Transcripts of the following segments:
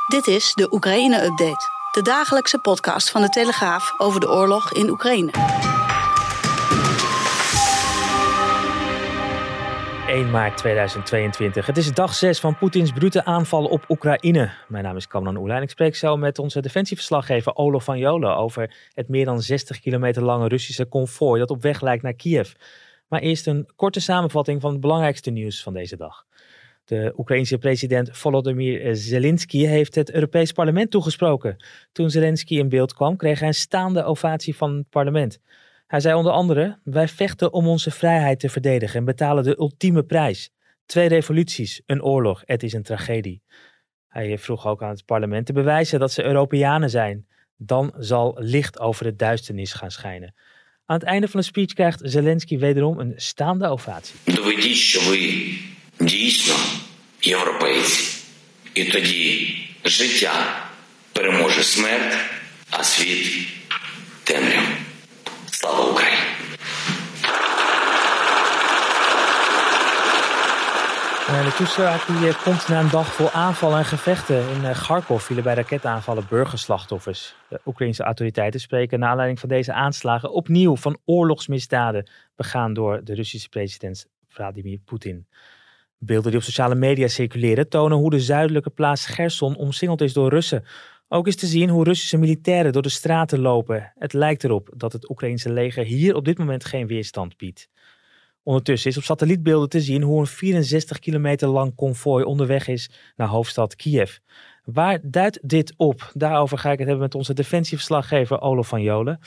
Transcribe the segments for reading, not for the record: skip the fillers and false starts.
Dit is de Oekraïne-update, de dagelijkse podcast van de Telegraaf over de oorlog in Oekraïne. 1 maart 2022. Het is dag 6 van Poetins brute aanval op Oekraïne. Mijn naam is Kamran Oela en ik spreek zo met onze defensieverslaggever Olof van Jolen over het meer dan 60 kilometer lange Russische konvooi dat op weg lijkt naar Kiev. Maar eerst een korte samenvatting van het belangrijkste nieuws van deze dag. De Oekraïense president Volodymyr Zelensky heeft het Europees Parlement toegesproken. Toen Zelensky in beeld kwam, kreeg hij een staande ovatie van het parlement. Hij zei onder andere: wij vechten om onze vrijheid te verdedigen en betalen de ultieme prijs. 2 revoluties, een oorlog, het is een tragedie. Hij vroeg ook aan het parlement te bewijzen dat ze Europeanen zijn. Dan zal licht over de duisternis gaan schijnen. Aan het einde van de speech krijgt Zelensky wederom een staande ovatie. Доведіть, що ви дійсно європейці. І тоді життя переможе смерть, а світ темряву. Слава Україні! De toespraak komt na een dag vol aanvallen en gevechten. In Kharkov vielen bij raketaanvallen burgerslachtoffers. De Oekraïnse autoriteiten spreken naar aanleiding van deze aanslagen opnieuw van oorlogsmisdaden begaan door de Russische president Vladimir Poetin. Beelden die op sociale media circuleren tonen hoe de zuidelijke plaats Cherson omsingeld is door Russen. Ook is te zien hoe Russische militairen door de straten lopen. Het lijkt erop dat het Oekraïnse leger hier op dit moment geen weerstand biedt. Ondertussen is op satellietbeelden te zien hoe een 64 kilometer lang konvooi onderweg is naar hoofdstad Kiev. Waar duidt dit op? Daarover ga ik het hebben met onze defensieverslaggever Olof van Jolen.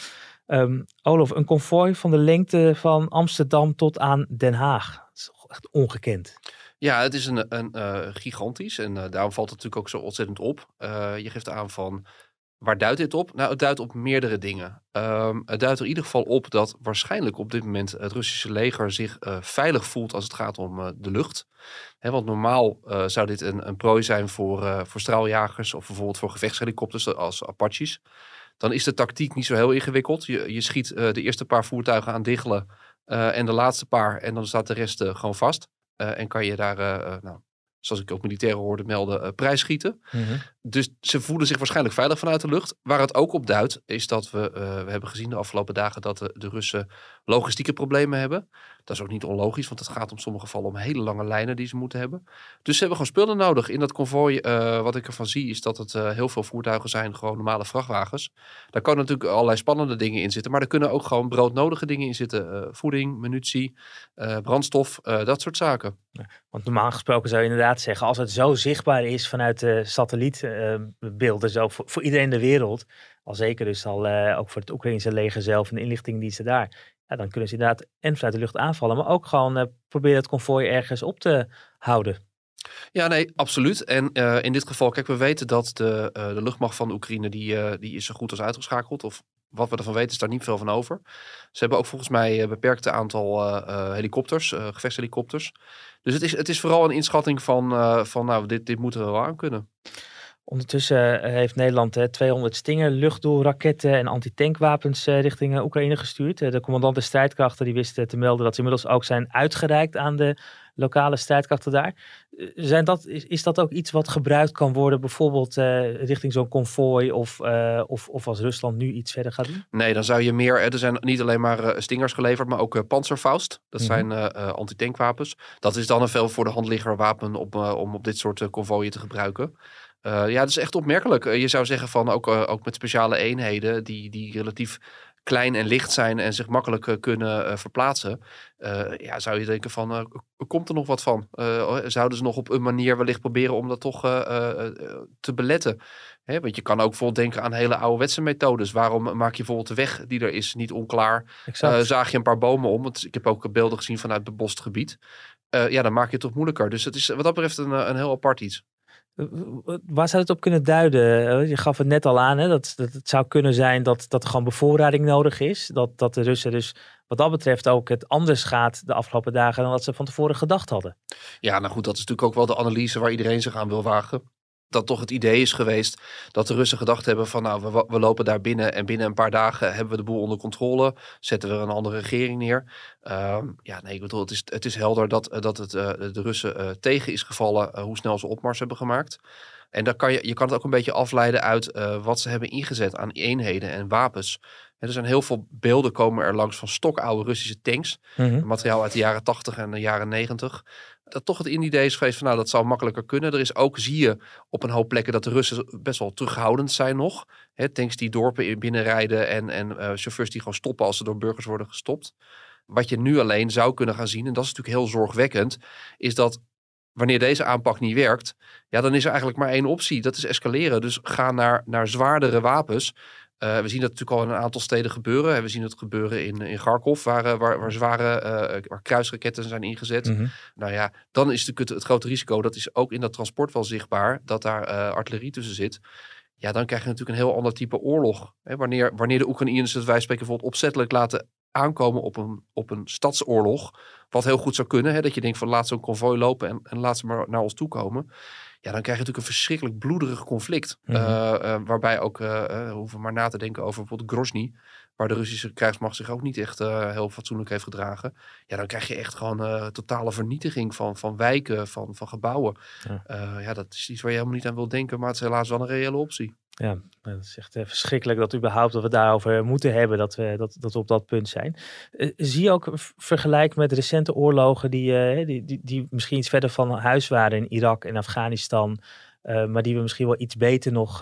Olof, een konvooi van de lengte van Amsterdam tot aan Den Haag. Dat is echt ongekend. Ja, het is een gigantisch en daarom valt het natuurlijk ook zo ontzettend op. Je geeft aan van, waar duidt dit op? Nou, het duidt op meerdere dingen. Het duidt er in ieder geval op dat waarschijnlijk op dit moment het Russische leger zich veilig voelt als het gaat om de lucht. Want normaal zou dit een prooi zijn voor straaljagers of bijvoorbeeld voor gevechtshelikopters als Apaches. Dan is de tactiek niet zo heel ingewikkeld. Je schiet de eerste paar voertuigen aan diggelen en de laatste paar en dan staat de rest gewoon vast. En kan je daar, zoals ik ook militairen hoorde melden, prijsschieten. Mm-hmm. Dus ze voelen zich waarschijnlijk veilig vanuit de lucht. Waar het ook op duidt, is dat we hebben gezien de afgelopen dagen dat de Russen logistieke problemen hebben. Dat is ook niet onlogisch, want het gaat in sommige gevallen om hele lange lijnen die ze moeten hebben. Dus ze hebben gewoon spullen nodig. In dat konvooi, wat ik ervan zie, is dat het heel veel voertuigen zijn, gewoon normale vrachtwagens. Daar kunnen natuurlijk allerlei spannende dingen in zitten, maar er kunnen ook gewoon broodnodige dingen in zitten. Voeding, munitie, brandstof, dat soort zaken. Ja, want normaal gesproken zou je inderdaad zeggen, als het zo zichtbaar is vanuit de satellietbeelden, zo voor iedereen in de wereld, al zeker dus al ook voor het Oekraïnse leger zelf en de inlichtingendiensten daar, ja, dan kunnen ze inderdaad en vanuit de lucht aanvallen, maar ook gewoon proberen het konvooi ergens op te houden. Ja, nee, absoluut. En in dit geval, kijk, we weten dat de luchtmacht van de Oekraïne, die is zo goed als uitgeschakeld. Of wat we ervan weten is daar niet veel van over. Ze hebben ook volgens mij een beperkte aantal helikopters, gevechtshelikopters. Dus het is vooral een inschatting van dit moeten we wel aan kunnen. Ondertussen heeft Nederland 200 Stinger luchtdoelraketten en antitankwapens richting Oekraïne gestuurd. De commandant der strijdkrachten die wist te melden dat ze inmiddels ook zijn uitgereikt aan de lokale strijdkrachten daar. Is dat ook iets wat gebruikt kan worden bijvoorbeeld richting zo'n konvooi of als Rusland nu iets verder gaat doen? Nee, dan zou je meer, er zijn niet alleen maar Stingers geleverd, maar ook Panzerfaust. Dat zijn antitankwapens. Dat is dan een veel voor de hand liggender wapen om op dit soort konvooien te gebruiken. Ja, dat is echt opmerkelijk. Je zou zeggen van ook met speciale eenheden die relatief klein en licht zijn en zich makkelijk kunnen verplaatsen. Zou je denken van, komt er nog wat van? Zouden ze nog op een manier wellicht proberen om dat toch te beletten? Want je kan ook bijvoorbeeld denken aan hele ouderwetse methodes. Waarom maak je bijvoorbeeld de weg die er is niet onklaar? Zaag je een paar bomen om? Want ik heb ook beelden gezien vanuit bebost gebied. Dan maak je het toch moeilijker. Dus het is wat dat betreft een heel apart iets. Waar zou het op kunnen duiden? Je gaf het net al aan, hè, dat het zou kunnen zijn dat er gewoon bevoorrading nodig is. Dat de Russen dus wat dat betreft ook het anders gaat de afgelopen dagen dan wat ze van tevoren gedacht hadden. Ja, nou goed, dat is natuurlijk ook wel de analyse waar iedereen zich aan wil wagen. dat toch het idee is geweest dat de Russen gedacht hebben van nou, we lopen daar binnen en binnen een paar dagen hebben we de boel onder controle. Zetten we een andere regering neer. Ik bedoel, het is helder dat het de Russen tegen is gevallen hoe snel ze opmars hebben gemaakt. En dan je kan het ook een beetje afleiden uit wat ze hebben ingezet aan eenheden en wapens. En er zijn heel veel beelden komen er langs van stokoude Russische tanks. Materiaal uit de jaren 80 en de jaren 90. Dat toch het idee is geweest van nou, dat zou makkelijker kunnen. Er is ook, zie je op een hoop plekken dat de Russen best wel terughoudend zijn nog. Tanks die dorpen binnenrijden en chauffeurs die gewoon stoppen als ze door burgers worden gestopt. Wat je nu alleen zou kunnen gaan zien, en dat is natuurlijk heel zorgwekkend, is dat wanneer deze aanpak niet werkt, ja, dan is er eigenlijk maar één optie. Dat is escaleren. Dus ga naar zwaardere wapens. We zien dat natuurlijk al in een aantal steden gebeuren. We zien het gebeuren in Kharkov, waar zware waar kruisraketten zijn ingezet. Nou ja, dan is natuurlijk het grote risico, dat is ook in dat transport wel zichtbaar, dat daar artillerie tussen zit. Ja, dan krijg je natuurlijk een heel ander type oorlog. Wanneer de Oekraïners het wij spreken bijvoorbeeld opzettelijk laten aankomen op een stadsoorlog, wat heel goed zou kunnen, dat je denkt van laat zo'n konvooi lopen en laat ze maar naar ons toe komen. Ja, dan krijg je natuurlijk een verschrikkelijk bloederig conflict. Waarbij ook, hoeven we maar na te denken over bijvoorbeeld Grozny, waar de Russische krijgsmacht zich ook niet echt heel fatsoenlijk heeft gedragen. Ja, dan krijg je echt gewoon totale vernietiging van wijken, van gebouwen. Dat is iets waar je helemaal niet aan wil denken, maar het is helaas wel een reële optie. Ja, dat is echt verschrikkelijk dat überhaupt dat we daarover moeten hebben, dat we op dat punt zijn. Zie je ook vergelijk met recente oorlogen die misschien iets verder van huis waren in Irak en Afghanistan, maar die we misschien wel iets beter nog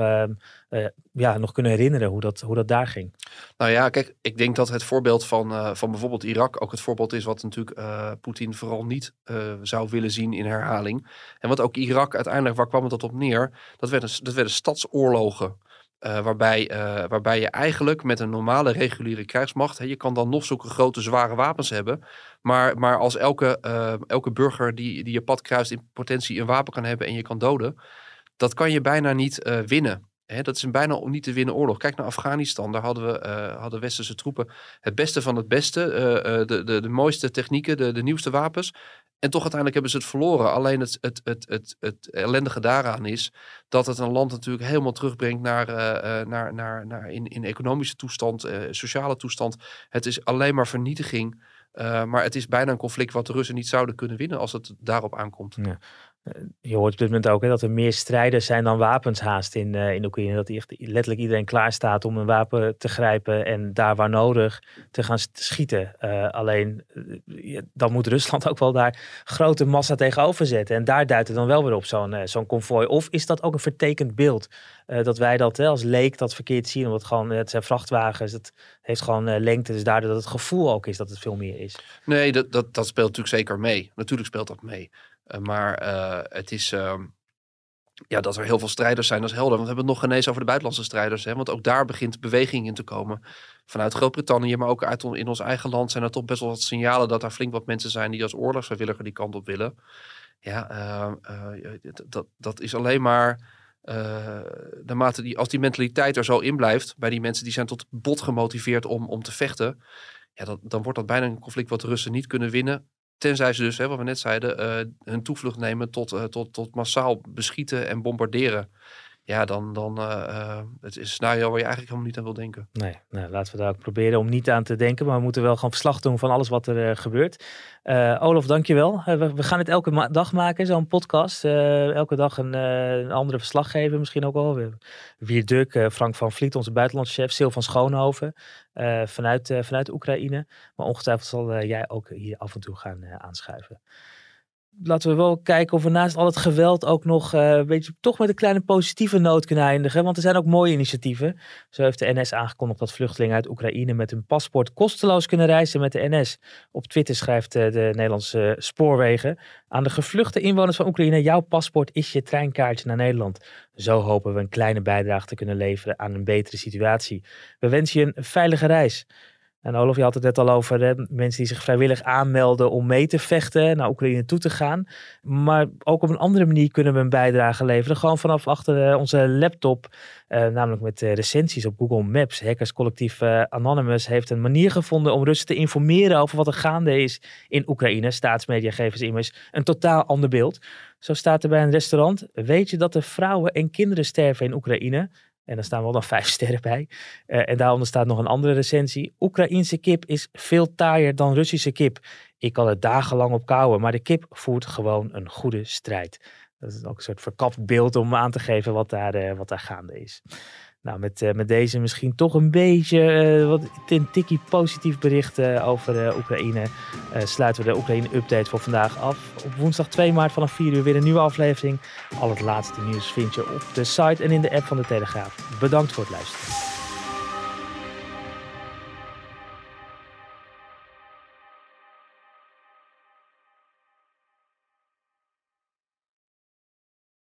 kunnen herinneren hoe dat daar ging? Nou ja, kijk, ik denk dat het voorbeeld van bijvoorbeeld Irak ook het voorbeeld is wat natuurlijk Poetin vooral niet zou willen zien in herhaling. En wat ook Irak uiteindelijk, waar kwam het dat op neer? Dat werden stadsoorlogen. Waarbij je eigenlijk met een normale reguliere krijgsmacht, je kan dan nog zulke grote zware wapens hebben, maar als elke burger die je pad kruist in potentie een wapen kan hebben en je kan doden, dat kan je bijna niet winnen. Dat is een bijna niet te winnen oorlog. Kijk naar Afghanistan, daar hadden westerse troepen het beste van het beste, de mooiste technieken, de nieuwste wapens. En toch uiteindelijk hebben ze het verloren. Alleen het ellendige daaraan is dat het een land natuurlijk helemaal terugbrengt naar in economische toestand, sociale toestand. Het is alleen maar vernietiging. Maar het is bijna een conflict wat de Russen niet zouden kunnen winnen als het daarop aankomt. Ja. Je hoort op dit moment ook dat er meer strijders zijn dan wapens haast in Oekraïne. Dat echt letterlijk iedereen klaar staat om een wapen te grijpen en daar waar nodig te gaan schieten. Alleen dan moet Rusland ook wel daar grote massa tegenover zetten. En daar duidt het dan wel weer op zo'n konvooi. Of is dat ook een vertekend beeld? Dat wij dat als leek dat verkeerd zien. Omdat het zijn vrachtwagens, het heeft gewoon lengte. Dus daardoor dat het gevoel ook is dat het veel meer is. Nee, dat speelt natuurlijk zeker mee. Natuurlijk speelt dat mee. Maar het is dat er heel veel strijders zijn, dat is helder. Want we hebben het nog geen eens over de buitenlandse strijders. Want ook daar begint beweging in te komen. Vanuit Groot-Brittannië, maar ook in ons eigen land zijn er toch best wel wat signalen dat er flink wat mensen zijn die als oorlogsvrijwilliger die kant op willen. Ja, dat is alleen maar naarmate als die mentaliteit er zo in blijft bij die mensen die zijn tot bot gemotiveerd om te vechten. Ja, dan wordt dat bijna een conflict wat de Russen niet kunnen winnen. Tenzij ze dus, wat we net zeiden, hun toevlucht nemen tot massaal beschieten en bombarderen. Ja, dan het is een scenario waar je eigenlijk helemaal niet aan wil denken. Nee, laten we daar ook proberen om niet aan te denken. Maar we moeten wel gewoon verslag doen van alles wat er gebeurt. Olaf, dankjewel. We gaan het elke dag maken, zo'n podcast. Elke dag een andere verslaggever misschien ook wel. Wier Duk, Frank van Vliet, onze buitenlandschef. Sil van Schoonhoven vanuit Oekraïne. Maar ongetwijfeld zal jij ook hier af en toe gaan aanschuiven. Laten we wel kijken of we naast al het geweld ook nog een beetje toch met een kleine positieve noot kunnen eindigen. Want er zijn ook mooie initiatieven. Zo heeft de NS aangekondigd dat vluchtelingen uit Oekraïne met hun paspoort kosteloos kunnen reizen met de NS. Op Twitter schrijft de Nederlandse Spoorwegen: aan de gevluchte inwoners van Oekraïne, jouw paspoort is je treinkaartje naar Nederland. Zo hopen we een kleine bijdrage te kunnen leveren aan een betere situatie. We wensen je een veilige reis. En Olaf, je had het net al over mensen die zich vrijwillig aanmelden om mee te vechten, naar Oekraïne toe te gaan. Maar ook op een andere manier kunnen we een bijdrage leveren. Gewoon vanaf achter onze laptop, namelijk met recensies op Google Maps. Hackerscollectief Anonymous heeft een manier gevonden om Russen te informeren over wat er gaande is in Oekraïne. Staatsmedia geven ze immers een totaal ander beeld. Zo staat er bij een restaurant: weet je dat er vrouwen en kinderen sterven in Oekraïne? En daar staan wel dan 5 sterren bij. En daaronder staat nog een andere recensie. Oekraïense kip is veel taaier dan Russische kip. Ik kan er dagenlang op kauwen, maar de kip voert gewoon een goede strijd. Dat is ook een soort verkapt beeld om aan te geven wat daar gaande is. Nou, met deze misschien toch een beetje een tikkie positief bericht over Oekraïne. Sluiten we de Oekraïne-update voor vandaag af. Op woensdag 2 maart vanaf 4 uur weer een nieuwe aflevering. Al het laatste nieuws vind je op de site en in de app van de Telegraaf. Bedankt voor het luisteren.